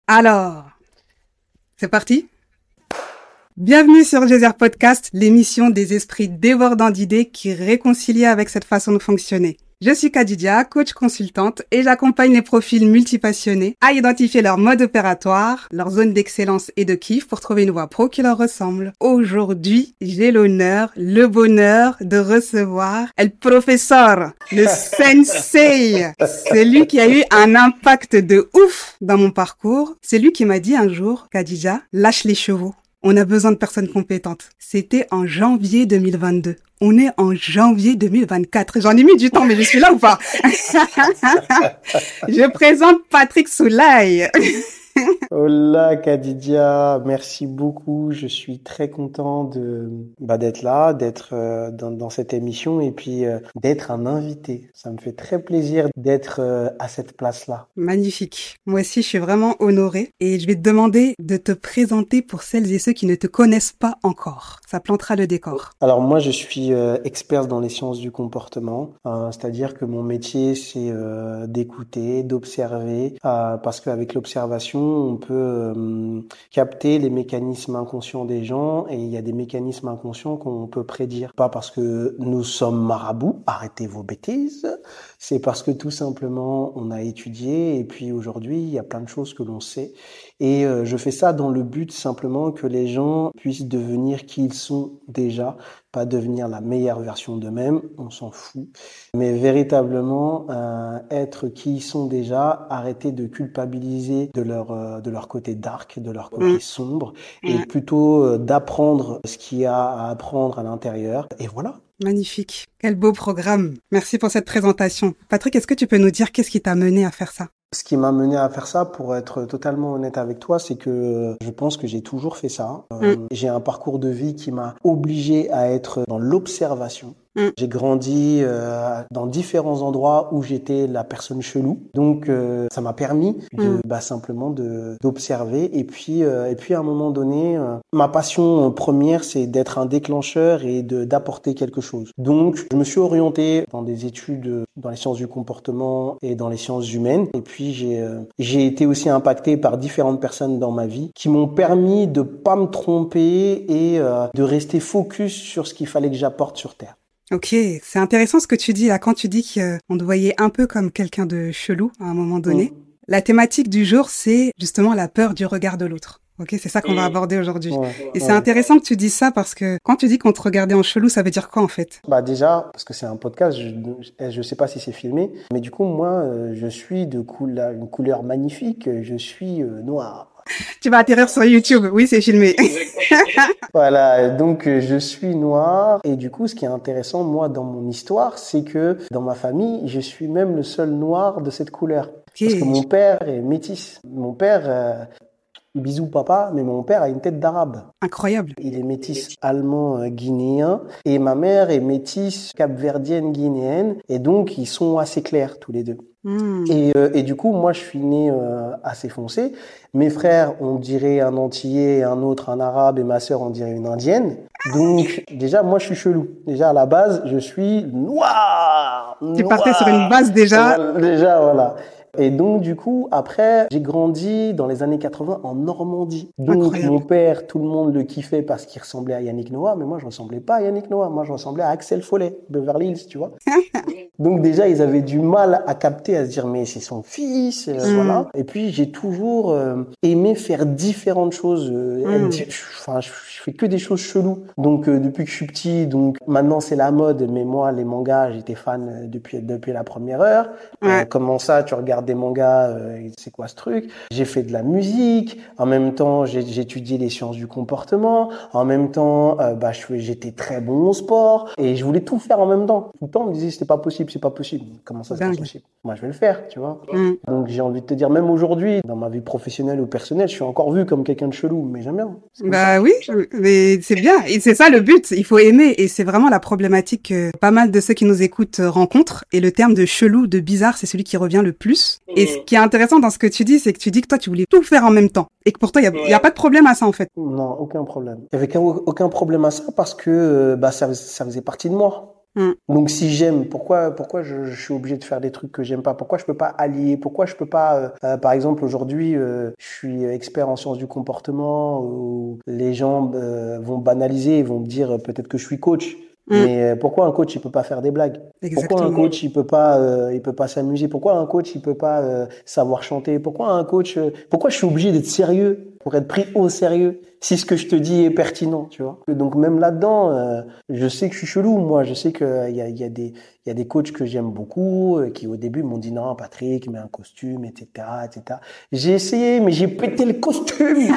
Alors, c'est parti? Bienvenue sur Geyser Podcast, l'émission des esprits débordants d'idées qui réconcilient avec cette façon de fonctionner. Je suis Kadidia, coach consultante, et j'accompagne les profils multipassionnés à identifier leur mode opératoire, leur zone d'excellence et de kiff pour trouver une voie pro qui leur ressemble. Aujourd'hui, j'ai l'honneur, le bonheur de recevoir El Professor, le Sensei. C'est lui qui a eu un impact de ouf dans mon parcours. C'est lui qui m'a dit un jour, Kadidia, lâche les chevaux. On a besoin de personnes compétentes. C'était en janvier 2022. On est en janvier 2024. J'en ai mis du temps, mais je suis là ou pas? Je présente Patrick Soulaye. Hola Kadidia, merci beaucoup. Je suis très content d'être là, d'être dans cette émission et puis d'être un invité. Ça me fait très plaisir d'être à cette place-là. Magnifique. Moi aussi, je suis vraiment honorée et je vais te demander de te présenter pour celles et ceux qui ne te connaissent pas encore. Ça plantera le décor. Alors moi, je suis expert dans les sciences du comportement, c'est-à-dire que mon métier, c'est d'écouter, d'observer, parce qu'avec l'observation, on peut capter les mécanismes inconscients des gens et il y a des mécanismes inconscients qu'on peut prédire. Pas parce que nous sommes marabouts, arrêtez vos bêtises, c'est parce que tout simplement on a étudié et puis aujourd'hui il y a plein de choses que l'on sait et je fais ça dans le but simplement que les gens puissent devenir qui ils sont déjà, pas devenir la meilleure version d'eux-mêmes, on s'en fout, mais véritablement être qui ils sont déjà, arrêter de culpabiliser de leur côté dark, de leur côté sombre, et plutôt d'apprendre ce qu'il y a à apprendre à l'intérieur, et voilà. Magnifique. Quel beau programme. Merci pour cette présentation. Patrick, est-ce que tu peux nous dire qu'est-ce qui t'a mené à faire ça? Ce qui m'a mené à faire ça, pour être totalement honnête avec toi, c'est que je pense que j'ai toujours fait ça. J'ai un parcours de vie qui m'a obligé à être dans l'observation. J'ai grandi dans différents endroits où j'étais la personne chelou. Donc ça m'a permis de simplement d'observer et puis à un moment donné ma passion première c'est d'être un déclencheur et d'apporter quelque chose. Donc je me suis orienté dans des études dans les sciences du comportement et dans les sciences humaines et puis j'ai été aussi impacté par différentes personnes dans ma vie qui m'ont permis de pas me tromper et de rester focus sur ce qu'il fallait que j'apporte sur terre. Ok, c'est intéressant ce que tu dis là, quand tu dis qu'on te voyait un peu comme quelqu'un de chelou à un moment donné. La thématique du jour, c'est justement la peur du regard de l'autre. Ok, c'est ça qu'on va aborder aujourd'hui. Et c'est intéressant que tu dises ça parce que quand tu dis qu'on te regardait en chelou, ça veut dire quoi en fait? Bah déjà, parce que c'est un podcast, je sais pas si c'est filmé, mais du coup moi, je suis une couleur magnifique, je suis noir. Tu vas atterrir sur YouTube, oui, c'est filmé. Voilà, donc je suis noir et du coup ce qui est intéressant moi dans mon histoire, c'est que dans ma famille, je suis même le seul noir de cette couleur. Parce que mon père est métis. Mon père, bisous papa, mais mon père a une tête d'arabe. Incroyable. Il est métis allemand-guinéen et ma mère est métisse capverdienne-guinéenne et donc ils sont assez clairs tous les deux. Et du coup, moi, je suis né assez foncé. Mes frères, on dirait un Antillais, un autre un Arabe, et ma sœur, on dirait une Indienne. Donc, déjà, moi, je suis chelou. Déjà, à la base, je suis noir. Tu partais sur une base déjà. Déjà, voilà. Et donc, du coup, après, j'ai grandi dans les années 80 en Normandie. Donc, incroyable. Mon père, tout le monde le kiffait parce qu'il ressemblait à Yannick Noah, mais moi, je ressemblais pas à Yannick Noah. Moi, je ressemblais à Axel Follet, Beverly Hills, tu vois. Donc, déjà, ils avaient du mal à capter, à se dire, mais c'est son fils, voilà. Et puis, j'ai toujours aimé faire différentes choses. Je fais que des choses cheloues. Donc, depuis que je suis petit, donc, maintenant, c'est la mode. Mais moi, les mangas, j'étais fan depuis la première heure. Comment ça, tu regardes des mangas, c'est quoi ce truc? J'ai fait de la musique, en même temps j'ai étudié les sciences du comportement, en même temps j'étais très bon au sport et je voulais tout faire en même temps. Tout le temps on me disait c'est pas possible. Comment ça c'est pas possible? Moi je vais le faire, tu vois. Donc j'ai envie de te dire même aujourd'hui dans ma vie professionnelle ou personnelle, je suis encore vu comme quelqu'un de chelou, mais j'aime bien. Bah oui, mais c'est bien et c'est ça le but, il faut aimer et c'est vraiment la problématique que pas mal de ceux qui nous écoutent rencontrent et le terme de chelou, de bizarre, c'est celui qui revient le plus. Et ce qui est intéressant dans ce que tu dis, c'est que tu dis que toi, tu voulais tout faire en même temps. Et que pour toi, il y a pas de problème à ça, en fait. Non, aucun problème. Il y avait aucun problème à ça parce que ça faisait partie de moi. Donc si j'aime, pourquoi je suis obligé de faire des trucs que j'aime pas? Pourquoi je peux pas allier? Pourquoi je peux pas, par exemple aujourd'hui, je suis expert en sciences du comportement, où les gens vont banaliser, vont me dire peut-être que je suis coach. Mais pourquoi un coach il peut pas faire des blagues? Exactement. Pourquoi un coach il peut pas s'amuser? Pourquoi un coach il peut pas savoir chanter? Pourquoi un coach pourquoi je suis obligé d'être sérieux pour être pris au sérieux si ce que je te dis est pertinent, tu vois? Donc même là-dedans, je sais que je suis chelou. Moi, je sais que il y a des coachs que j'aime beaucoup qui au début m'ont dit non, Patrick, mets un costume, etc., etc. J'ai essayé, mais j'ai pété le costume.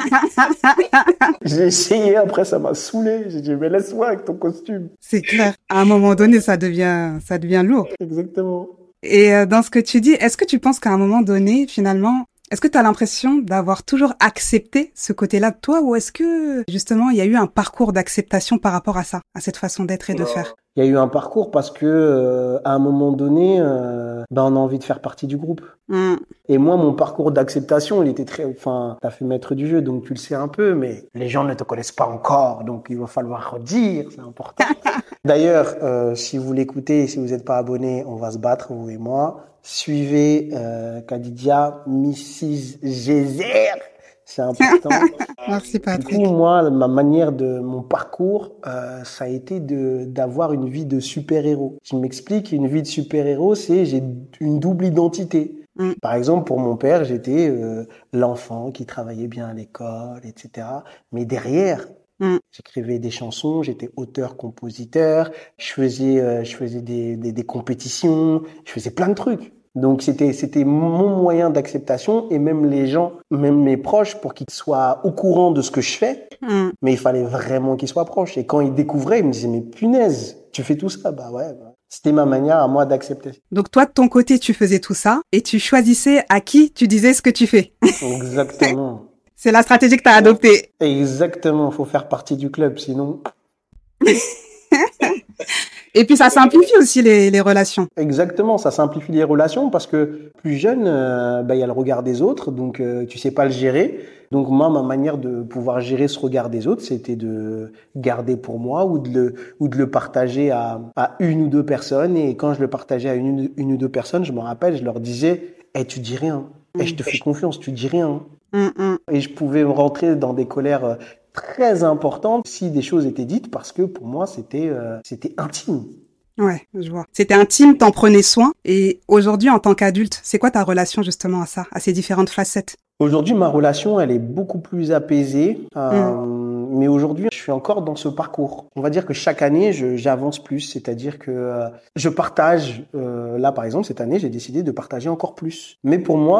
J'ai essayé, après ça m'a saoulé. J'ai dit mais laisse-moi avec ton costume. C'est clair. À un moment donné, ça devient lourd. Exactement. Et dans ce que tu dis, est-ce que tu penses qu'à un moment donné, finalement, est-ce que tu as l'impression d'avoir toujours accepté ce côté-là de toi, ou est-ce que justement il y a eu un parcours d'acceptation par rapport à ça, à cette façon d'être et de faire? Il y a eu un parcours parce que à un moment donné, on a envie de faire partie du groupe. Et moi, mon parcours d'acceptation, il était t'as fait maître du jeu, donc tu le sais un peu, mais les gens ne te connaissent pas encore, donc il va falloir redire, c'est important. D'ailleurs, si vous l'écoutez, si vous n'êtes pas abonné, on va se battre, vous et moi. Suivez Kadidia, Mrs. Gézer. C'est important. Merci Patrick. Du coup, moi, mon parcours, ça a été d'avoir une vie de super-héros. Je m'explique, une vie de super-héros, j'ai une double identité. Par exemple, pour mon père, j'étais l'enfant qui travaillait bien à l'école, etc. Mais derrière, j'écrivais des chansons, j'étais auteur-compositeur, je faisais des compétitions, je faisais plein de trucs. Donc c'était mon moyen d'acceptation, et même les gens, même mes proches, pour qu'ils soient au courant de ce que je fais, mais il fallait vraiment qu'ils soient proches. Et quand ils découvraient, ils me disaient mais punaise, tu fais tout ça? Bah ouais. C'était ma manière à moi d'accepter. Donc toi, de ton côté, tu faisais tout ça et tu choisissais à qui tu disais ce que tu fais. Exactement. C'est la stratégie que tu as adoptée. Exactement, faut faire partie du club, sinon... Et puis ça simplifie aussi les relations. Exactement, ça simplifie les relations parce que plus jeune, il y a le regard des autres, donc tu sais pas le gérer. Donc moi, ma manière de pouvoir gérer ce regard des autres, c'était de garder pour moi ou de le partager à une ou deux personnes. Et quand je le partageais à une ou deux personnes, je me rappelle, je leur disais « tu dis rien. Je te fais confiance, tu dis rien. » Et je pouvais rentrer dans des colères très importantes si des choses étaient dites, parce que pour moi, c'était intime. Ouais, je vois. C'était intime, t'en prenais soin. Et aujourd'hui, en tant qu'adulte, c'est quoi ta relation justement à ça, à ces différentes facettes? Aujourd'hui, ma relation, elle est beaucoup plus apaisée. Mais aujourd'hui, je suis encore dans ce parcours. On va dire que chaque année, j'avance plus. C'est-à-dire que je partage. Là, par exemple, cette année, j'ai décidé de partager encore plus. Mais pour moi,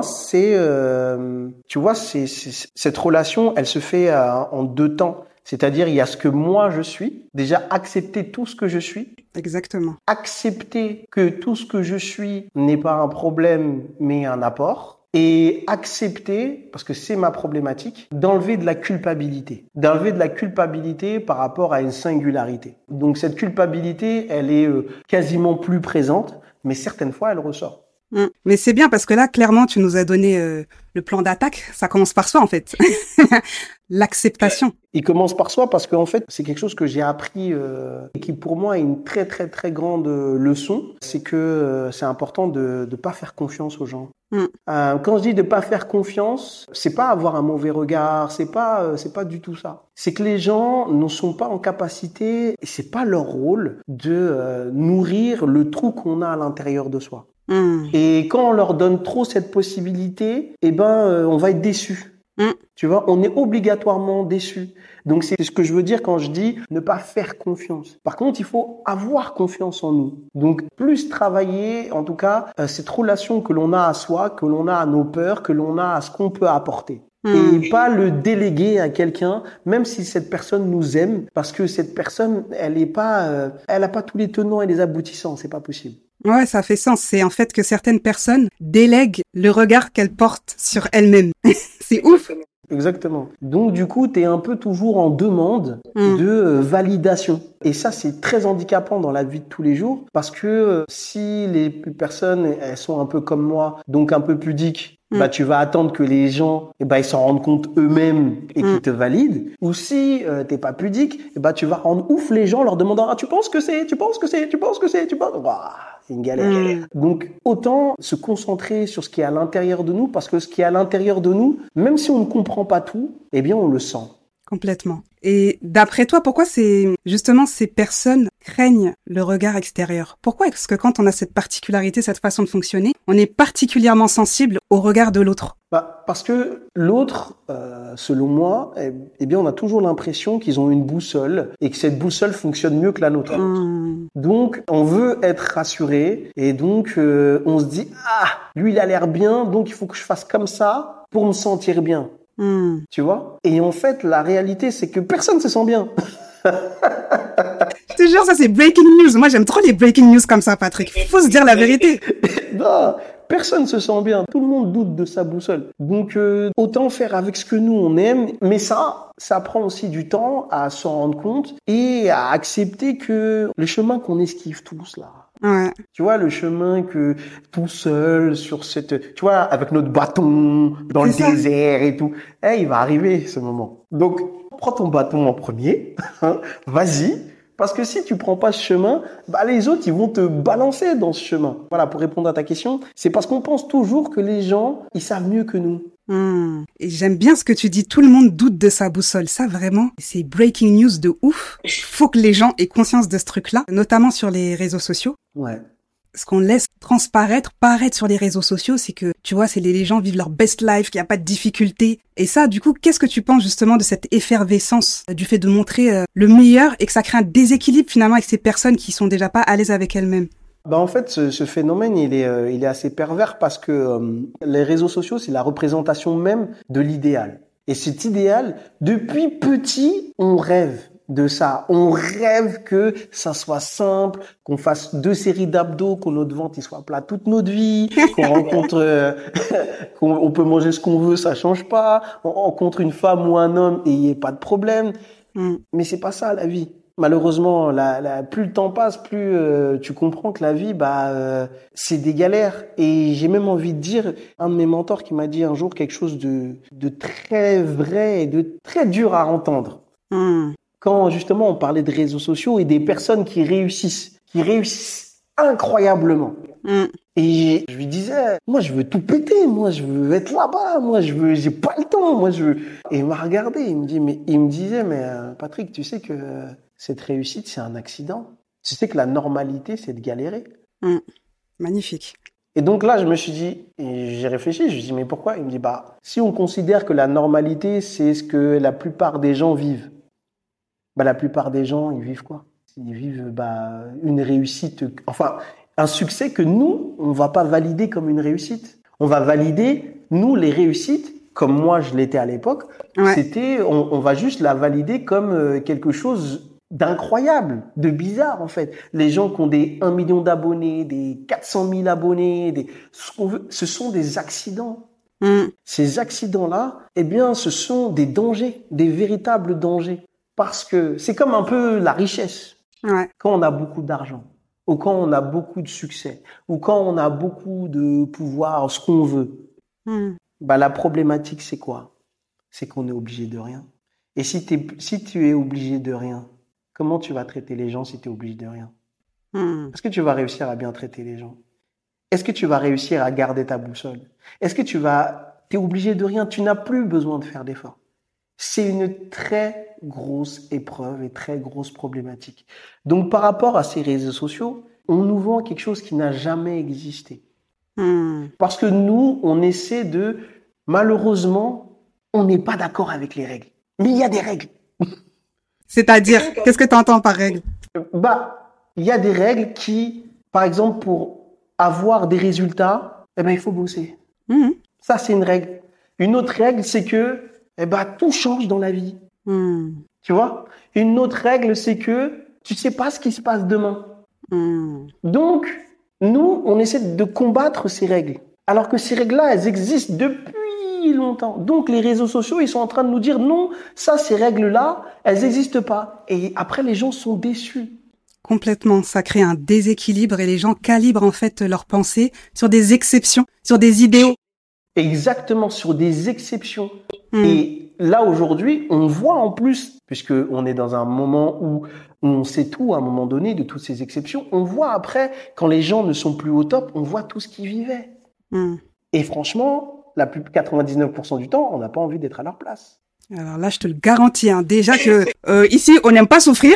tu vois, cette relation, elle se fait en deux temps. C'est-à-dire, il y a ce que moi je suis. Déjà, accepter tout ce que je suis. Exactement. Accepter que tout ce que je suis n'est pas un problème, mais un apport. Et accepter, parce que c'est ma problématique, d'enlever de la culpabilité. D'enlever de la culpabilité par rapport à une singularité. Donc cette culpabilité, elle est quasiment plus présente, mais certaines fois, elle ressort. Mais c'est bien parce que là, clairement, tu nous as donné le plan d'attaque. Ça commence par soi, en fait. L'acceptation. Il commence par soi parce qu'en fait, c'est quelque chose que j'ai appris et qui pour moi est une très très très grande leçon. C'est que c'est important de pas faire confiance aux gens. Quand je dis de pas faire confiance, c'est pas avoir un mauvais regard, c'est pas du tout ça. C'est que les gens ne sont pas en capacité, et c'est pas leur rôle de nourrir le trou qu'on a à l'intérieur de soi. Et quand on leur donne trop cette possibilité, on va être déçu. Tu vois, on est obligatoirement déçu. Donc c'est ce que je veux dire quand je dis ne pas faire confiance. Par contre, il faut avoir confiance en nous. Donc plus travailler, en tout cas, cette relation que l'on a à soi, que l'on a à nos peurs, que l'on a à ce qu'on peut apporter. Et pas le déléguer à quelqu'un, même si cette personne nous aime, parce que cette personne, elle a pas tous les tenants et les aboutissants, c'est pas possible. Ouais, ça fait sens. C'est en fait que certaines personnes délèguent le regard qu'elles portent sur elles-mêmes. C'est ouf. Exactement. Donc du coup, tu es un peu toujours en demande de validation. Et ça, c'est très handicapant dans la vie de tous les jours parce que si les personnes, elles sont un peu comme moi, donc un peu pudiques, bah tu vas attendre que les gens ils s'en rendent compte eux-mêmes et qu'ils te valident. Ou si t'es pas pudique, tu vas rendre ouf les gens en leur demandant tu penses que c'est. Ouah, c'est une galère. Donc autant se concentrer sur ce qui est à l'intérieur de nous, parce que ce qui est à l'intérieur de nous, même si on ne comprend pas tout, on le sent. Complètement. Et d'après toi, pourquoi justement ces personnes craignent le regard extérieur? Pourquoi est-ce que quand on a cette particularité, cette façon de fonctionner, on est particulièrement sensible au regard de l'autre? Parce que l'autre, selon moi, on a toujours l'impression qu'ils ont une boussole et que cette boussole fonctionne mieux que la nôtre. Donc, on veut être rassuré et donc on se dit lui il a l'air bien, donc il faut que je fasse comme ça pour me sentir bien. Tu vois? Et en fait, la réalité, c'est que personne ne se sent bien. Je te jure, ça c'est breaking news. Moi, j'aime trop les breaking news comme ça, Patrick. Faut se dire la vérité. Non, personne ne se sent bien. Tout le monde doute de sa boussole. Donc, autant faire avec ce que nous, on aime. Mais ça prend aussi du temps à s'en rendre compte et à accepter que le chemin qu'on esquive tous, là, ouais. Tu vois, le chemin que tout seul sur tu vois, avec notre bâton dans le désert et tout, il va arriver ce moment. Donc, prends ton bâton en premier, vas-y, parce que si tu prends pas ce chemin, les autres, ils vont te balancer dans ce chemin. Voilà, pour répondre à ta question, c'est parce qu'on pense toujours que les gens, ils savent mieux que nous. Et j'aime bien ce que tu dis, tout le monde doute de sa boussole. Ça, vraiment, c'est breaking news de ouf. Faut que les gens aient conscience de ce truc-là, notamment sur les réseaux sociaux. Ouais. Ce qu'on laisse paraître sur les réseaux sociaux, c'est que, tu vois, c'est les gens vivent leur best life, qu'il n'y a pas de difficultés. Et ça, du coup, qu'est-ce que tu penses justement de cette effervescence, du fait de montrer le meilleur et que ça crée un déséquilibre finalement avec ces personnes qui sont déjà pas à l'aise avec elles-mêmes? En fait, ce phénomène, il est assez pervers parce que les réseaux sociaux, c'est la représentation même de l'idéal. Et cet idéal, depuis petit, on rêve de ça. On rêve que ça soit simple, qu'on fasse 2 séries d'abdos, que notre ventre il soit plat toute notre vie, qu'on rencontre, qu'on peut manger ce qu'on veut, ça change pas. On rencontre une femme ou un homme et il n'y a pas de problème. Mais c'est pas ça la vie. Malheureusement, plus le temps passe, plus tu comprends que la vie, c'est des galères. Et j'ai même envie de dire, un de mes mentors qui m'a dit un jour quelque chose de très vrai et de très dur à entendre. Quand justement on parlait de réseaux sociaux et des personnes qui réussissent incroyablement. Et je lui disais, moi je veux tout péter, moi je veux être là-bas, j'ai pas le temps, Et il m'a regardé, il me disait, mais Patrick, tu sais que cette réussite c'est un accident. Tu sais que la normalité c'est de galérer. Magnifique. Et donc là je me suis dit, et j'ai réfléchi, je me suis dit mais pourquoi? Il me dit si on considère que la normalité c'est ce que la plupart des gens vivent, la plupart des gens ils vivent quoi? Ils vivent une réussite, enfin un succès que nous, on va pas valider comme une réussite. On va valider, nous, les réussites, comme moi je l'étais à l'époque, on va juste la valider comme quelque chose d'incroyable, de bizarre en fait. Les gens qui ont des 1 million d'abonnés, des 400 000 abonnés, ce sont des accidents. Ces accidents-là, ce sont des dangers, des véritables dangers. Parce que c'est comme un peu la richesse. Quand on a beaucoup d'argent, ou quand on a beaucoup de succès, ou quand on a beaucoup de pouvoir, ce qu'on veut. La problématique, c'est quoi? C'est qu'on est obligé de rien. Et si tu es obligé de rien, comment tu vas traiter les gens si tu es obligé de rien? Est-ce que tu vas réussir à bien traiter les gens? Est-ce que tu vas réussir à garder ta boussole? Est-ce que t'es obligé de rien? Tu n'as plus besoin de faire d'efforts. C'est une très grosse épreuve et très grosse problématique. Donc, par rapport à ces réseaux sociaux, on nous vend quelque chose qui n'a jamais existé. Parce que nous, on essaie malheureusement, on n'est pas d'accord avec les règles. Mais il y a des règles. C'est-à-dire, qu'est-ce que tu entends par règles? Il y a des règles qui, par exemple, pour avoir des résultats, il faut bosser. Ça, c'est une règle. Une autre règle, c'est que tout change dans la vie. Tu vois? Une autre règle, c'est que tu sais pas ce qui se passe demain. Donc, nous, on essaie de combattre ces règles. Alors que ces règles-là, elles existent depuis longtemps. Donc, les réseaux sociaux, ils sont en train de nous dire non, ces règles-là, elles n'existent pas. Et après, les gens sont déçus. Complètement. Ça crée un déséquilibre et les gens calibrent en fait leurs pensées sur des exceptions, sur des idéaux. Exactement, sur des exceptions. Et là, aujourd'hui, on voit en plus, puisque on est dans un moment où on sait tout à un moment donné de toutes ces exceptions, on voit après, quand les gens ne sont plus au top, on voit tout ce qu'ils vivaient. Et franchement, 99% du temps, on n'a pas envie d'être à leur place. Alors là, je te le garantis, hein, déjà que ici, on n'aime pas souffrir,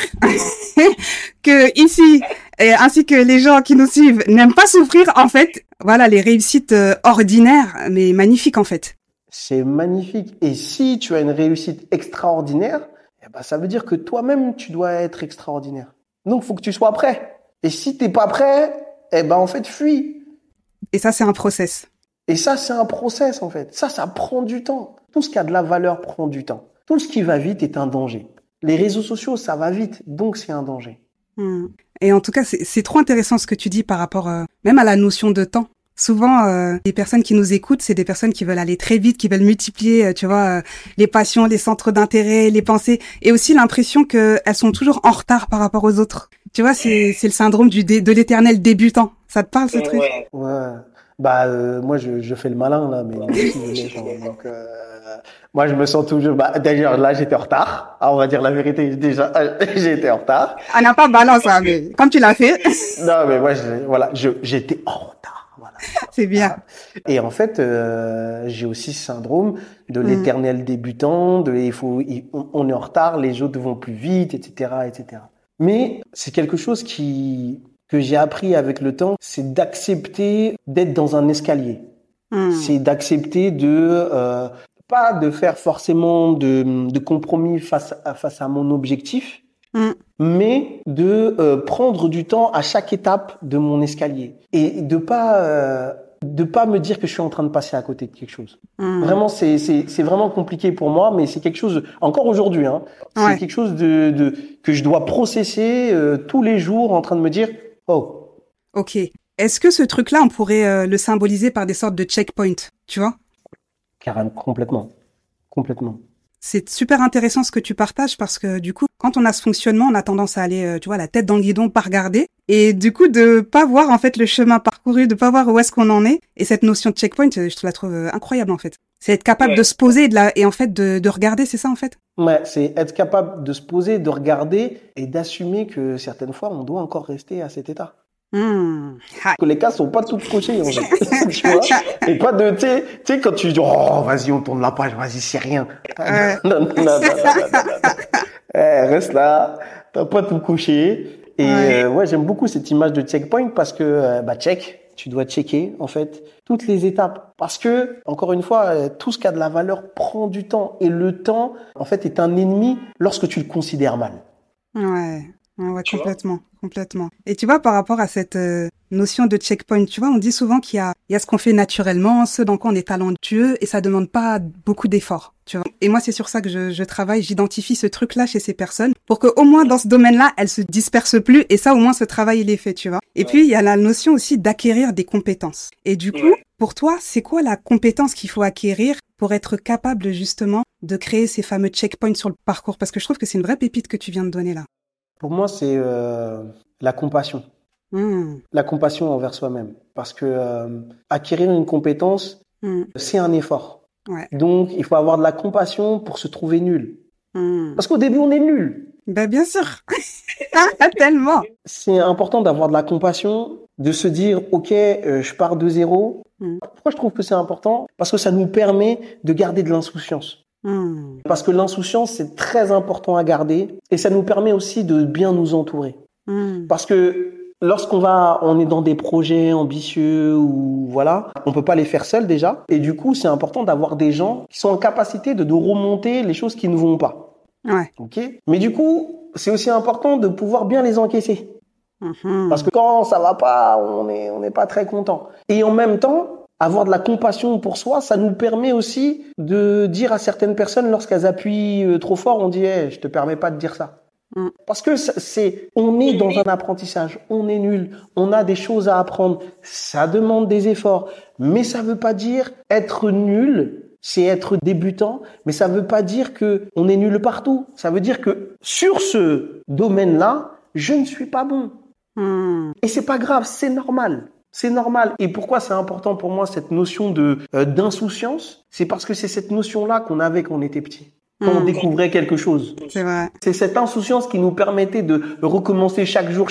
que ici, ainsi que les gens qui nous suivent n'aiment pas souffrir. En fait, voilà, les réussites ordinaires, mais magnifiques en fait. C'est magnifique. Et si tu as une réussite extraordinaire, eh ben, ça veut dire que toi-même, tu dois être extraordinaire. Donc, faut que tu sois prêt. Et si t'es pas prêt, eh ben, en fait, fuis. Et ça, c'est un process. Et ça, c'est un process, en fait. Ça prend du temps. Tout ce qui a de la valeur prend du temps. Tout ce qui va vite est un danger. Les réseaux sociaux, ça va vite, donc c'est un danger. Et en tout cas, c'est trop intéressant ce que tu dis par rapport même à la notion de temps. Souvent, les personnes qui nous écoutent, c'est des personnes qui veulent aller très vite, qui veulent multiplier, tu vois, les passions, les centres d'intérêt, les pensées, et aussi l'impression qu'elles sont toujours en retard par rapport aux autres. Tu vois, c'est le syndrome de l'éternel débutant. Ça te parle, ce truc? Ouais. Bah, moi, je fais le malin, là, mais donc, moi, je me sens toujours, d'ailleurs, là, j'étais en retard. Ah, on va dire la vérité, déjà, j'ai été en retard. On n'a pas de balance, hein, mais comme tu l'as fait. Non, mais moi, j'étais en retard. Voilà. C'est bien. Et en fait, j'ai aussi ce syndrome de l'éternel débutant, on est en retard, les autres vont plus vite, etc., etc. Mais c'est quelque chose que j'ai appris avec le temps, c'est d'accepter d'être dans un escalier. C'est d'accepter pas de faire forcément de compromis face à mon objectif, mais de prendre du temps à chaque étape de mon escalier et de pas me dire que je suis en train de passer à côté de quelque chose. Vraiment, c'est vraiment compliqué pour moi, mais c'est quelque chose, encore aujourd'hui, hein, c'est quelque chose que je dois processer tous les jours en train de me dire, oh. Ok. Est-ce que ce truc-là, on pourrait le symboliser par des sortes de checkpoints, tu vois? Carrément, complètement. C'est super intéressant ce que tu partages parce que du coup, quand on a ce fonctionnement, on a tendance à aller, tu vois, la tête dans le guidon, pas regarder, et du coup de pas voir en fait le chemin parcouru, de pas voir où est-ce qu'on en est. Et cette notion de checkpoint, je te la trouve incroyable en fait. C'est être capable de se poser et en fait de regarder, c'est ça en fait? Ouais, c'est être capable de se poser, de regarder et d'assumer que certaines fois, on doit encore rester à cet état. Que les cases sont pas toutes cochées, en fait. Tu vois? Et pas de, tu sais, quand tu dis, oh, vas-y, on tourne la page, vas-y, c'est rien. Non. Reste là, t'as pas tout coché. Et, j'aime beaucoup cette image de checkpoint parce que, tu dois checker, en fait, toutes les étapes. Parce que, encore une fois, tout ce qui a de la valeur prend du temps. Et le temps, en fait, est un ennemi lorsque tu le considères mal. Ouais, complètement. Et tu vois, par rapport à cette notion de checkpoint, tu vois, on dit souvent qu'il y a ce qu'on fait naturellement, ce dans quoi on est talentueux, et ça demande pas beaucoup d'efforts, tu vois. Et moi, c'est sur ça que je travaille, j'identifie ce truc-là chez ces personnes, pour que au moins dans ce domaine-là, elles se dispersent plus, et ça, au moins, ce travail, il est fait, tu vois. Et puis, il y a la notion aussi d'acquérir des compétences. Et du coup, pour toi, c'est quoi la compétence qu'il faut acquérir pour être capable, justement, de créer ces fameux checkpoints sur le parcours? Parce que je trouve que c'est une vraie pépite que tu viens de donner là. Pour moi, c'est la compassion. La compassion envers soi-même. Parce que acquérir une compétence, c'est un effort. Donc, il faut avoir de la compassion pour se trouver nul. Parce qu'au début, on est nul. Ben, bien sûr. Tellement. C'est important d'avoir de la compassion, de se dire, OK, je pars de zéro. Pourquoi je trouve que c'est important? Parce que ça nous permet de garder de l'insouciance. Parce que l'insouciance, c'est très important à garder et ça nous permet aussi de bien nous entourer. Parce que on est dans des projets ambitieux ou voilà, on peut pas les faire seuls déjà. Et du coup, c'est important d'avoir des gens qui sont en capacité de remonter les choses qui ne vont pas. Ok. Mais du coup, c'est aussi important de pouvoir bien les encaisser. Parce que quand ça va pas, on n'est pas très content. Et en même temps, avoir de la compassion pour soi, ça nous permet aussi de dire à certaines personnes lorsqu'elles appuient trop fort, on dit hey, je te permets pas de dire ça. Parce que on est dans un apprentissage, on est nul, on a des choses à apprendre, ça demande des efforts, mais ça veut pas dire être nul, c'est être débutant, mais ça veut pas dire que on est nul partout. Ça veut dire que sur ce domaine-là, je ne suis pas bon. Et c'est pas grave, c'est normal. C'est normal. Et pourquoi c'est important pour moi cette notion d'insouciance? C'est parce que c'est cette notion-là qu'on avait quand on était petit. Quand on découvrait quelque chose. C'est vrai. C'est cette insouciance qui nous permettait de recommencer chaque jour.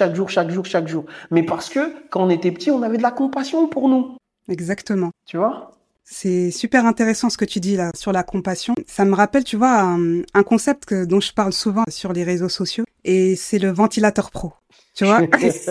Mais parce que quand on était petit, on avait de la compassion pour nous. Exactement. Tu vois? C'est super intéressant ce que tu dis là sur la compassion. Ça me rappelle, tu vois, un concept dont je parle souvent sur les réseaux sociaux, et c'est le ventilateur pro. Tu vois?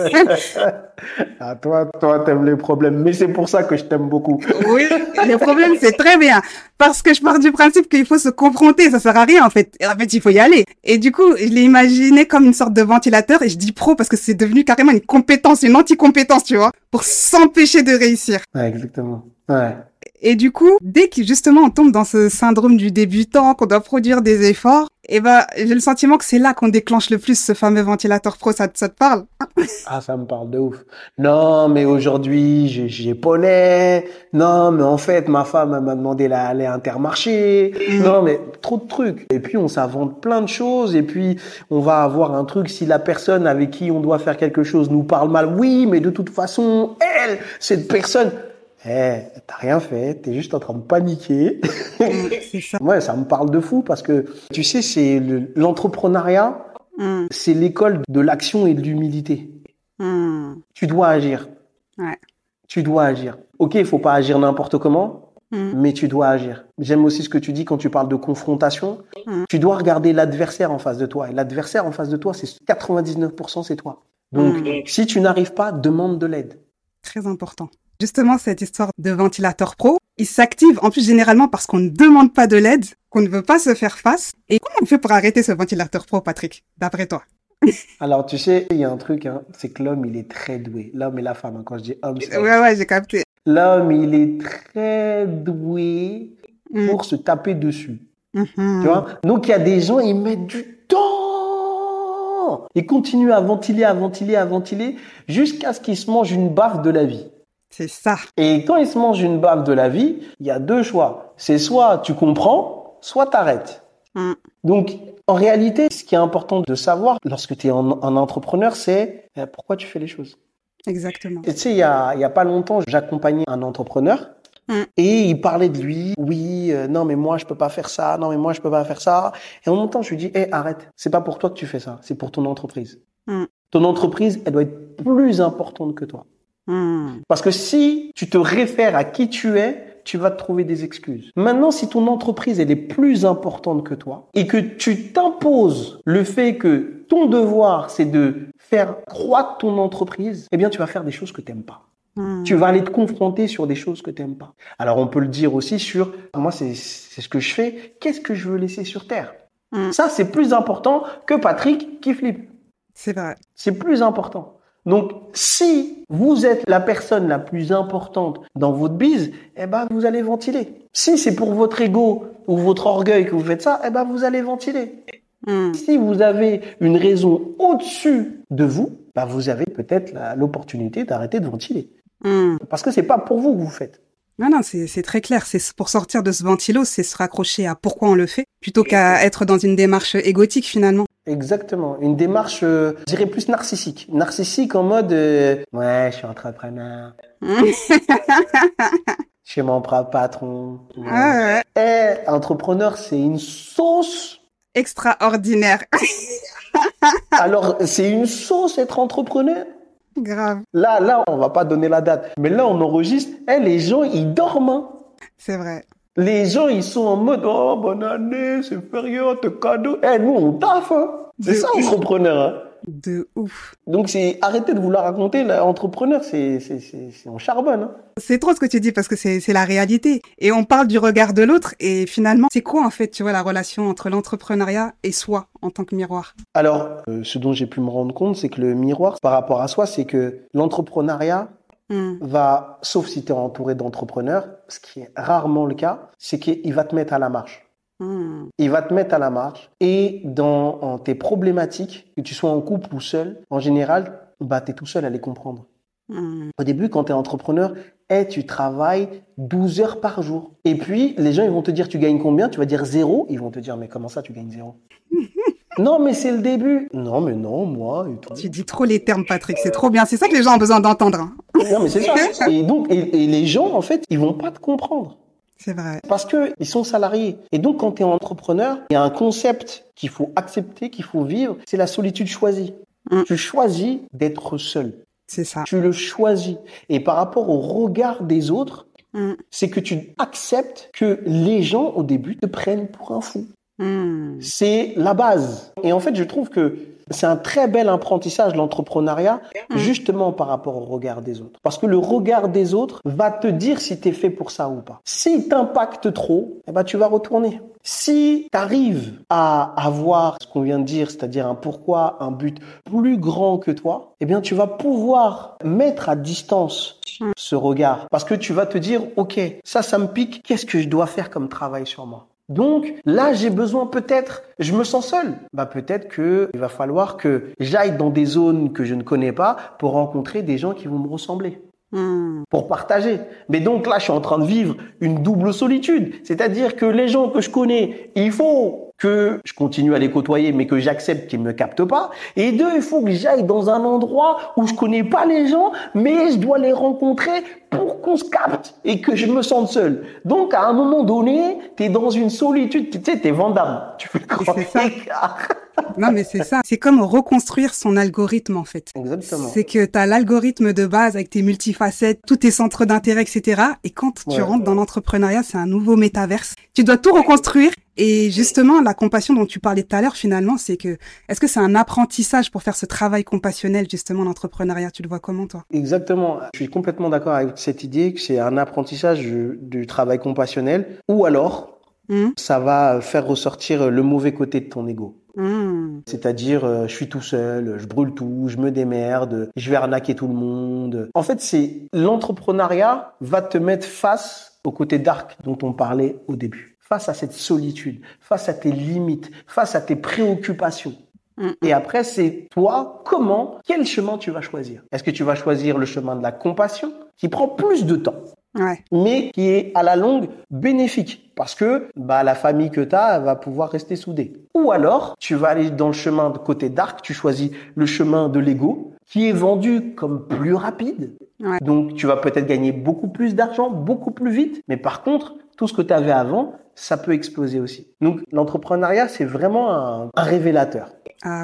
Ah, toi, t'aimes les problèmes, mais c'est pour ça que je t'aime beaucoup. Oui, les problèmes, c'est très bien. Parce que je pars du principe qu'il faut se confronter, ça sert à rien, en fait. En fait, il faut y aller. Et du coup, je l'ai imaginé comme une sorte de ventilateur, et je dis pro parce que c'est devenu carrément une compétence, une anti-compétence, tu vois, pour s'empêcher de réussir. Ouais, exactement. Ouais. Et du coup, dès que justement on tombe dans ce syndrome du débutant, qu'on doit produire des efforts, j'ai le sentiment que c'est là qu'on déclenche le plus ce fameux ventilateur pro. Ça te parle? Ah, ça me parle de ouf. Non, mais aujourd'hui, j'ai poney. Non, mais en fait, ma femme elle m'a demandé d'aller à Intermarché. Non, mais trop de trucs. Et puis, on s'invente plein de choses. Et puis, on va avoir un truc. Si la personne avec qui on doit faire quelque chose nous parle mal, oui, mais de toute façon, cette personne... t'as rien fait, t'es juste en train de paniquer. C'est ça. Ouais, ça me parle de fou parce que, tu sais, c'est l'entrepreneuriat, c'est l'école de l'action et de l'humilité. Tu dois agir. Ouais. Tu dois agir. Ok, il faut pas agir n'importe comment, mais tu dois agir. J'aime aussi ce que tu dis quand tu parles de confrontation. Tu dois regarder l'adversaire en face de toi. Et l'adversaire en face de toi, c'est 99%, c'est toi. Donc, si tu n'arrives pas, demande de l'aide. Très important. Justement, cette histoire de ventilateur pro, il s'active en plus généralement parce qu'on ne demande pas de l'aide, qu'on ne veut pas se faire face. Et comment on fait pour arrêter ce ventilateur pro, Patrick, d'après toi? Alors, tu sais, il y a un truc, c'est que l'homme, il est très doué. L'homme et la femme, quand je dis homme, c'est... Ouais, j'ai capté. L'homme, il est très doué pour se taper dessus. Tu vois? Donc, il y a des gens, ils mettent du temps. Ils continuent à ventiler, jusqu'à ce qu'ils se mangent une baffe de la vie. C'est ça. Et quand ils se mangent une baffe de la vie, il y a deux choix. C'est soit tu comprends, soit t'arrêtes. Donc, en réalité, ce qui est important de savoir lorsque tu es un entrepreneur, c'est pourquoi tu fais les choses. Exactement. Et tu sais, il y a pas longtemps, j'accompagnais un entrepreneur et il parlait de lui. Oui, non, mais moi, je peux pas faire ça. Non, mais moi, je peux pas faire ça. Et en même temps, je lui dis, arrête. C'est pas pour toi que tu fais ça. C'est pour ton entreprise. Ton entreprise, elle doit être plus importante que toi. Parce que si tu te réfères à qui tu es, tu vas te trouver des excuses. Maintenant, si ton entreprise, elle est plus importante que toi et que tu t'imposes le fait que ton devoir, c'est de faire croître ton entreprise, eh bien, tu vas faire des choses que tu n'aimes pas. Tu vas aller te confronter sur des choses que tu n'aimes pas. Alors, on peut le dire aussi sur, moi, c'est ce que je fais. Qu'est-ce que je veux laisser sur Terre? Ça, c'est plus important que Patrick qui flippe. C'est vrai. C'est plus important. Donc, si vous êtes la personne la plus importante dans votre bise, vous allez ventiler. Si c'est pour votre ego ou votre orgueil que vous faites ça, vous allez ventiler. Si vous avez une raison au-dessus de vous, vous avez peut-être l'opportunité d'arrêter de ventiler. Parce que c'est pas pour vous que vous faites. Non, c'est très clair. C'est pour sortir de ce ventilo, c'est se raccrocher à pourquoi on le fait, plutôt qu'à être dans une démarche égotique finalement. Exactement. Une démarche, je dirais plus narcissique. Narcissique en mode, ouais, je suis entrepreneur. Je suis mon propre patron. Ouais. Entrepreneur, c'est une sauce extraordinaire. Alors, c'est une sauce être entrepreneur. Grave. Là, on va pas donner la date. Mais là, on enregistre. Les gens, ils dorment. C'est vrai. Les gens, ils sont en mode, oh, bonne année, c'est férié, te cadeau. Nous, on taffe. C'est ça, entrepreneur. De ouf. Donc, arrêtez de vouloir raconter, l'entrepreneur, on charbonne. C'est trop ce que tu dis parce que c'est la réalité. Et on parle du regard de l'autre et finalement, c'est quoi en fait, tu vois, la relation entre l'entrepreneuriat et soi en tant que miroir? Alors, ce dont j'ai pu me rendre compte, c'est que le miroir, par rapport à soi, c'est que l'entrepreneuriat va, sauf si tu es entouré d'entrepreneurs, ce qui est rarement le cas, c'est qu'il va te mettre à la marche. Il va te mettre à la marche et dans tes problématiques, que tu sois en couple ou seul, en général, tu es tout seul à les comprendre. Au début, quand tu es entrepreneur, tu travailles 12 heures par jour. Et puis, les gens ils vont te dire, tu gagnes combien? Tu vas dire 0. Ils vont te dire, mais comment ça, tu gagnes 0? Non, mais c'est le début. Non, mais non, moi. Et toi. Tu dis trop les termes, Patrick. C'est trop bien. C'est ça que les gens ont besoin d'entendre. Non, mais c'est ça. Et donc, et les gens, en fait, ils vont pas te comprendre. C'est vrai. Parce que ils sont salariés. Et donc, quand tu es entrepreneur, il y a un concept qu'il faut accepter, qu'il faut vivre, c'est la solitude choisie. Tu choisis d'être seul. C'est ça. Tu le choisis. Et par rapport au regard des autres, c'est que tu acceptes que les gens, au début, te prennent pour un fou. C'est la base. Et en fait, je trouve que c'est un très bel apprentissage, l'entrepreneuriat, justement par rapport au regard des autres. Parce que le regard des autres va te dire si tu es fait pour ça ou pas. S'il t'impacte trop, eh ben, tu vas retourner. Si tu arrives à avoir ce qu'on vient de dire, c'est-à-dire un pourquoi, un but plus grand que toi, eh bien, tu vas pouvoir mettre à distance ce regard. Parce que tu vas te dire, OK, ça me pique, qu'est-ce que je dois faire comme travail sur moi? Donc là, j'ai besoin peut-être, je me sens seul. Peut-être que il va falloir que j'aille dans des zones que je ne connais pas pour rencontrer des gens qui vont me ressembler. Pour partager. Mais donc là, je suis en train de vivre une double solitude. C'est-à-dire que les gens que je connais, il faut que je continue à les côtoyer, mais que j'accepte qu'ils ne me captent pas. Et deux, il faut que j'aille dans un endroit où je connais pas les gens, mais je dois les rencontrer pour qu'on se capte et que je me sente seul. Donc, à un moment donné, t'es dans une solitude. Tu sais, t'es Van Damme. Tu fais le grand écart. Non, mais c'est ça. C'est comme reconstruire son algorithme, en fait. Exactement. C'est que tu as l'algorithme de base avec tes multifacettes, tous tes centres d'intérêt, etc. Et quand tu rentres dans l'entrepreneuriat, c'est un nouveau métaverse. Tu dois tout reconstruire. Et justement, la compassion dont tu parlais tout à l'heure, finalement, c'est que, est-ce que c'est un apprentissage pour faire ce travail compassionnel, justement, l'entrepreneuriat? Tu le vois comment, toi? Exactement. Je suis complètement d'accord avec cette idée que c'est un apprentissage du travail compassionnel. Ou alors, ça va faire ressortir le mauvais côté de ton ego. C'est-à-dire, je suis tout seul, je brûle tout, je me démerde, je vais arnaquer tout le monde. En fait, c'est l'entrepreneuriat va te mettre face au côté dark dont on parlait au début. Face à cette solitude, face à tes limites, face à tes préoccupations. Et après, c'est toi, quel chemin tu vas choisir? Est-ce que tu vas choisir le chemin de la compassion, qui prend plus de temps, mais qui est à la longue bénéfique? Parce que la famille que tu as, elle va pouvoir rester soudée. Ou alors, tu vas aller dans le chemin de côté dark, tu choisis le chemin de l'ego, qui est vendu comme plus rapide. Donc, tu vas peut-être gagner beaucoup plus d'argent, beaucoup plus vite. Mais par contre, tout ce que tu avais avant, ça peut exploser aussi. Donc, l'entrepreneuriat, c'est vraiment un révélateur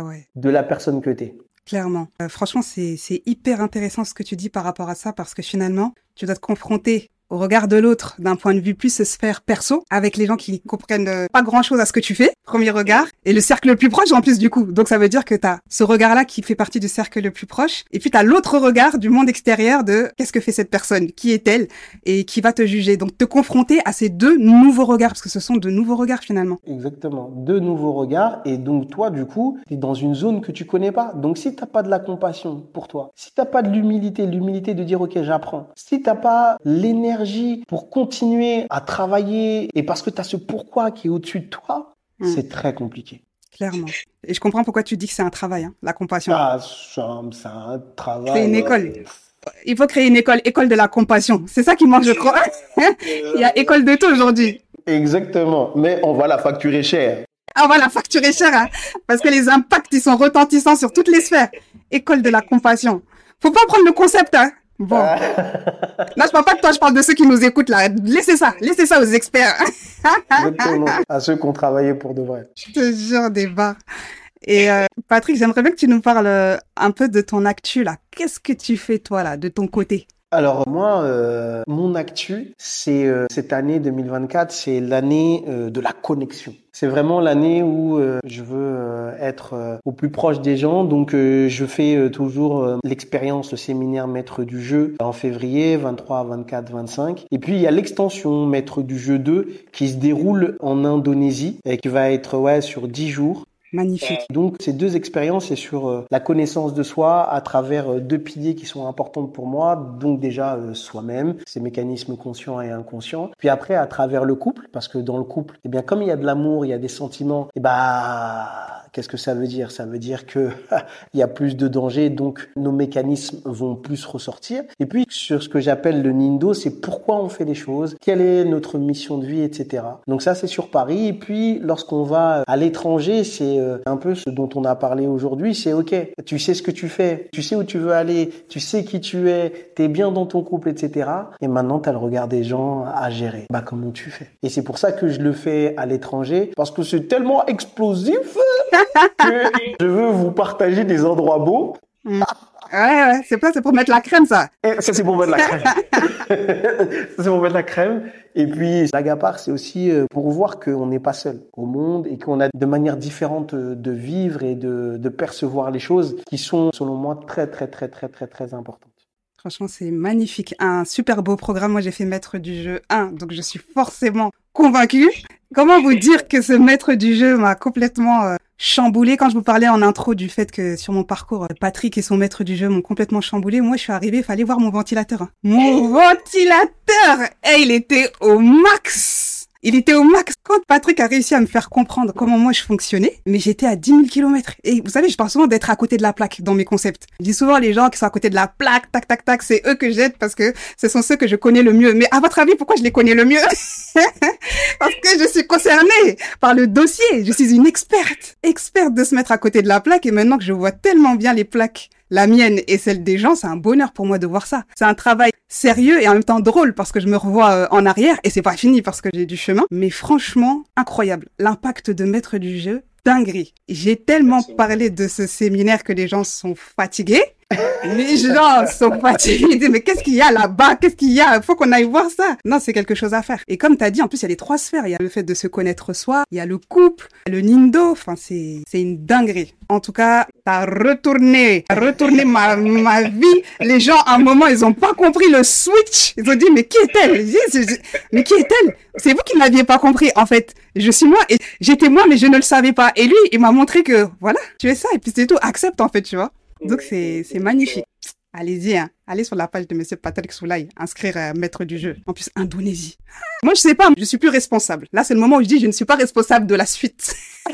de la personne que tu es. Clairement. Franchement, c'est hyper intéressant ce que tu dis par rapport à ça, parce que finalement, tu dois te confronter au regard de l'autre d'un point de vue plus sphère perso, avec les gens qui comprennent pas grand-chose à ce que tu fais, premier regard, et le cercle le plus proche en plus du coup. Donc ça veut dire que t'as ce regard-là qui fait partie du cercle le plus proche, et puis t'as l'autre regard du monde extérieur de qu'est-ce que fait cette personne, qui est-elle, et qui va te juger. Donc te confronter à ces deux nouveaux regards, parce que ce sont de nouveaux regards finalement. Exactement, deux nouveaux regards, et donc toi du coup, t'es dans une zone que tu connais pas. Donc si t'as pas de la compassion pour toi, si t'as pas de l'humilité de dire ok j'apprends, si t'as pas l'énergie pour continuer à travailler et parce que tu as ce pourquoi qui est au-dessus de toi, c'est très compliqué. Clairement. Et je comprends pourquoi tu dis que c'est un travail, la compassion. C'est un travail. C'est une école. Il faut créer une école de la compassion. C'est ça qui manque, je crois. Il y a école de tout aujourd'hui. Exactement. Mais on va la facturer cher. On va la facturer cher, parce que les impacts, ils sont retentissants sur toutes les sphères. École de la compassion. Faut pas prendre le concept, Bon. Là, je parle pas de toi, je parle de ceux qui nous écoutent, là. Laissez ça aux experts. Exactement. À ceux qui ont travaillé pour de vrai. Je te jure, des barres. Et Patrick, j'aimerais bien que tu nous parles un peu de ton actu, là. Qu'est-ce que tu fais, toi, là, de ton côté? Alors moi, mon actu, c'est cette année 2024, c'est l'année de la connexion. C'est vraiment l'année où je veux être au plus proche des gens. Donc je fais toujours l'expérience, le séminaire maître du jeu en février, 23, 24, 25. Et puis il y a l'extension maître du jeu 2 qui se déroule en Indonésie et qui va être sur 10 jours. Magnifique. Donc, ces deux expériences, c'est sur la connaissance de soi à travers deux piliers qui sont importants pour moi. Donc déjà, soi-même, ces mécanismes conscients et inconscients. Puis après, à travers le couple, parce que dans le couple, comme il y a de l'amour, il y a des sentiments, Qu'est-ce que ça veut dire? Ça veut dire que il y a plus de danger, donc nos mécanismes vont plus ressortir. Et puis, sur ce que j'appelle le Nindo, c'est pourquoi on fait les choses, quelle est notre mission de vie, etc. Donc ça, c'est sur Paris. Et puis, lorsqu'on va à l'étranger, c'est un peu ce dont on a parlé aujourd'hui, c'est OK, tu sais ce que tu fais, tu sais où tu veux aller, tu sais qui tu es, t'es bien dans ton couple, etc. Et maintenant, t'as le regard des gens à gérer. Bah, comment tu fais? Et c'est pour ça que je le fais à l'étranger, parce que c'est tellement explosif que je veux vous partager des endroits beaux. Ouais, c'est pour mettre la crème, ça. Et ça, c'est pour mettre la crème. Ça, c'est pour mettre la crème. Et puis, blague à part, c'est aussi pour voir qu'on n'est pas seul au monde et qu'on a de manières différentes de vivre et de percevoir les choses qui sont, selon moi, très, très, très, très, très, très importantes. Franchement, c'est magnifique. Un super beau programme. Moi, j'ai fait maître du jeu 1, donc je suis forcément convaincue. Comment vous dire que ce maître du jeu m'a complètement chamboulé quand je vous parlais en intro du fait que sur mon parcours, Patrick et son maître du jeu m'ont complètement chamboulé. Moi, je suis arrivée, il fallait voir mon ventilateur. Hein. Mon ventilateur! Il était au max! Il était au max. Quand Patrick a réussi à me faire comprendre comment moi je fonctionnais, mais j'étais à 10 000 kilomètres. Et vous savez, je parle souvent d'être à côté de la plaque dans mes concepts. Je dis souvent les gens qui sont à côté de la plaque, tac, tac, tac, c'est eux que j'aide parce que ce sont ceux que je connais le mieux. Mais à votre avis, pourquoi je les connais le mieux? Parce que je suis concernée par le dossier. Je suis une experte de se mettre à côté de la plaque. Et maintenant que je vois tellement bien les plaques, la mienne et celle des gens, c'est un bonheur pour moi de voir ça. C'est un travail sérieux et en même temps drôle parce que je me revois en arrière et c'est pas fini parce que j'ai du chemin. Mais franchement, incroyable. L'impact de maître du jeu, dinguerie. J'ai tellement parlé de ce séminaire que les gens sont fatigués. Les gens sont fatigués. Ils disent, mais qu'est-ce qu'il y a là-bas? Qu'est-ce qu'il y a? Faut qu'on aille voir ça. Non, c'est quelque chose à faire. Et comme t'as dit, en plus, il y a les 3 sphères. Il y a le fait de se connaître soi. Il y a le couple, le Nindo. Enfin, c'est une dinguerie. En tout cas, t'as retourné ma vie. Les gens, à un moment, ils ont pas compris le switch. Ils ont dit, mais qui est-elle? Mais qui est-elle? C'est vous qui ne l'aviez pas compris. En fait, je suis moi et j'étais moi, mais je ne le savais pas. Et lui, il m'a montré que, voilà, tu es ça. Et puis c'est tout. Accepte, en fait, tu vois. Donc, c'est magnifique. Allez-y, hein. Allez sur la page de Monsieur Patrick Soulaye, inscrire maître du jeu. En plus, Indonésie. Moi, je sais pas, je suis plus responsable. Là, c'est le moment où je dis, je ne suis pas responsable de la suite.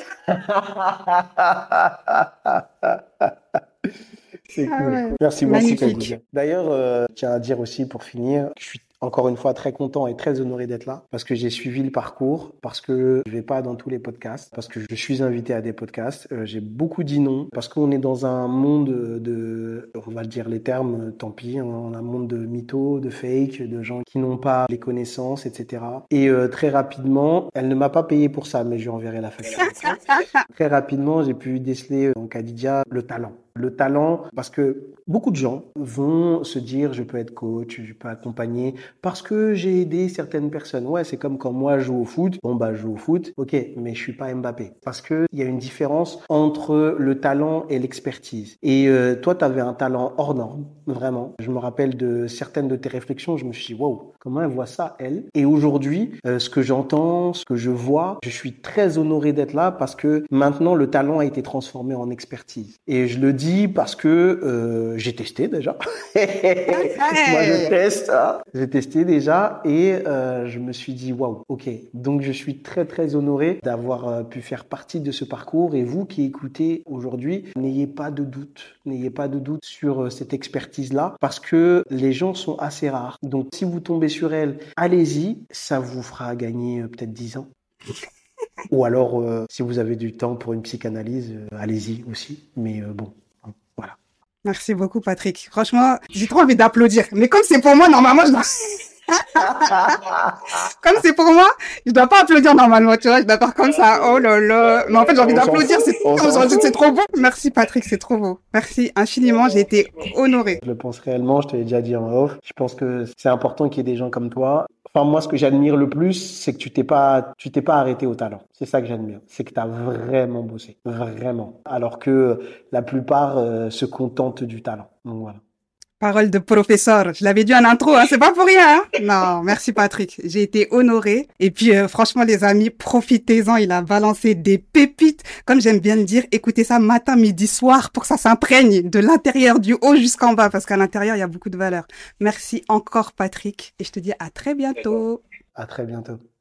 C'est cool. Ouais. Merci Khadija. D'ailleurs, je tiens à dire aussi pour finir, je suis encore une fois très content et très honoré d'être là parce que j'ai suivi le parcours, parce que je vais pas dans tous les podcasts, parce que je suis invité à des podcasts. J'ai beaucoup dit non parce qu'on est dans un monde on va le dire les termes, tant pis, un monde de mythos, de fake, de gens qui n'ont pas les connaissances, etc. Et très rapidement, elle ne m'a pas payé pour ça, mais je lui enverrai la facture. Très rapidement, j'ai pu déceler en Khadija le talent. Le talent, parce que beaucoup de gens vont se dire je peux être coach, je peux accompagner parce que j'ai aidé certaines personnes. Ouais, c'est comme quand moi je joue au foot. Bon bah je joue au foot, ok, mais je suis pas Mbappé. Parce que il y a une différence entre le talent et l'expertise. Et toi, tu avais un talent hors norme, vraiment. Je me rappelle de certaines de tes réflexions, je me suis dit waouh, comment elle voit ça elle? Et aujourd'hui, ce que j'entends, ce que je vois, je suis très honoré d'être là parce que maintenant le talent a été transformé en expertise. Et je le dis parce que j'ai testé déjà. Moi, je teste. Hein. J'ai testé déjà et je me suis dit waouh, ok. Donc, je suis très très honoré d'avoir pu faire partie de ce parcours. Et vous qui écoutez aujourd'hui, n'ayez pas de doute sur cette expertise-là parce que les gens sont assez rares. Donc, si vous tombez sur elle, allez-y. Ça vous fera gagner peut-être 10 ans. Ou alors, si vous avez du temps pour une psychanalyse, allez-y aussi. Mais bon. Voilà. Merci beaucoup, Patrick. Franchement, j'ai trop envie d'applaudir. Mais comme c'est pour moi, normalement, je dois... Comme c'est pour moi, je dois pas applaudir normalement, tu vois. Je dois faire comme ça. Oh là là. Mais en fait, j'ai envie d'applaudir. C'est trop beau. Merci, Patrick. C'est trop beau. Merci infiniment. J'ai été honorée. Je le pense réellement. Je te l'ai déjà dit en off. Je pense que c'est important qu'il y ait des gens comme toi. Enfin, moi, ce que j'admire le plus, c'est que tu t'es pas arrêté au talent. C'est ça que j'admire. C'est que tu as vraiment bossé. Vraiment. Alors que la plupart se contentent du talent. Donc voilà. Parole de professeur. Je l'avais dit en intro, hein, c'est pas pour rien. Hein. Non, merci Patrick. J'ai été honorée. Et puis, franchement, les amis, profitez-en. Il a balancé des pépites. Comme j'aime bien le dire, écoutez ça matin, midi, soir pour que ça s'imprègne de l'intérieur, du haut jusqu'en bas. Parce qu'à l'intérieur, il y a beaucoup de valeur. Merci encore Patrick. Et je te dis à très bientôt. À très bientôt.